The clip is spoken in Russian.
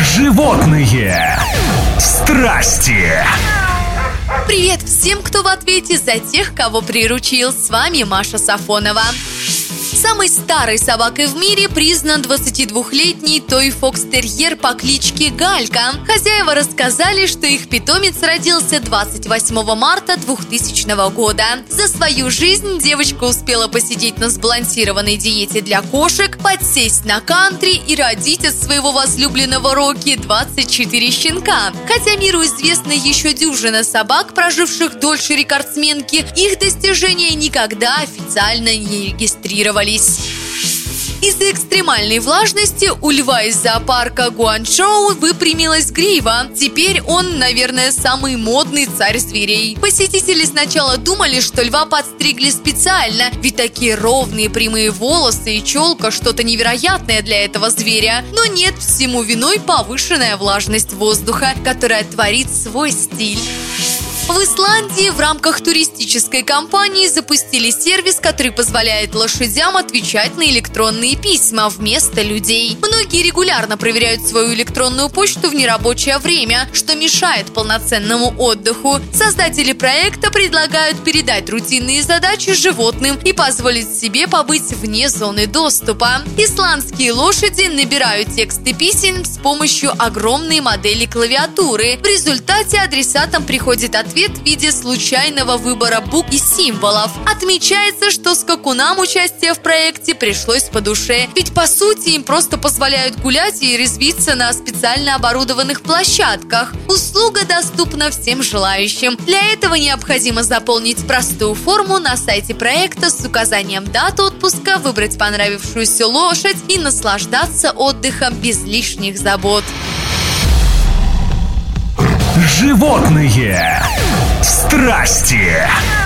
Животные страсти. Привет всем, кто в ответе за тех, кого приручил. С вами Маша Сафонова. Самой старой собакой в мире признан 22-летний той-фокстерьер по кличке Галька. Хозяева рассказали, что их питомец родился 28 марта 2000 года. За свою жизнь девочка успела посидеть на сбалансированной диете для кошек, подсесть на кантри и родить от своего возлюбленного Рокки 24 щенка. Хотя миру известна еще дюжина собак, проживших дольше рекордсменки, их достижения никогда официально не регистрировались. Из-за экстремальной влажности у льва из зоопарка Гуанчжоу выпрямилась грива. Теперь он, наверное, самый модный царь зверей. Посетители сначала думали, что льва подстригли специально, ведь такие ровные прямые волосы и челка – что-то невероятное для этого зверя. Но нет, всему виной повышенная влажность воздуха, которая творит свой стиль. В Исландии в рамках туристической кампании запустили сервис, который позволяет лошадям отвечать на электронные письма вместо людей. Многие регулярно проверяют свою электронную почту в нерабочее время, что мешает полноценному отдыху. Создатели проекта предлагают передать рутинные задачи животным и позволить себе побыть вне зоны доступа. Исландские лошади набирают тексты писем с помощью огромной модели клавиатуры. В результате адресатам приходит ответ в виде случайного выбора букв и символов. Отмечается, что скакунам участие в проекте пришлось по душе, ведь по сути им просто позволяют гулять и резвиться на специально оборудованных площадках. Услуга доступна всем желающим. Для этого необходимо заполнить простую форму на сайте проекта с указанием даты отпуска, выбрать понравившуюся лошадь и наслаждаться отдыхом без лишних забот. Животные страсти.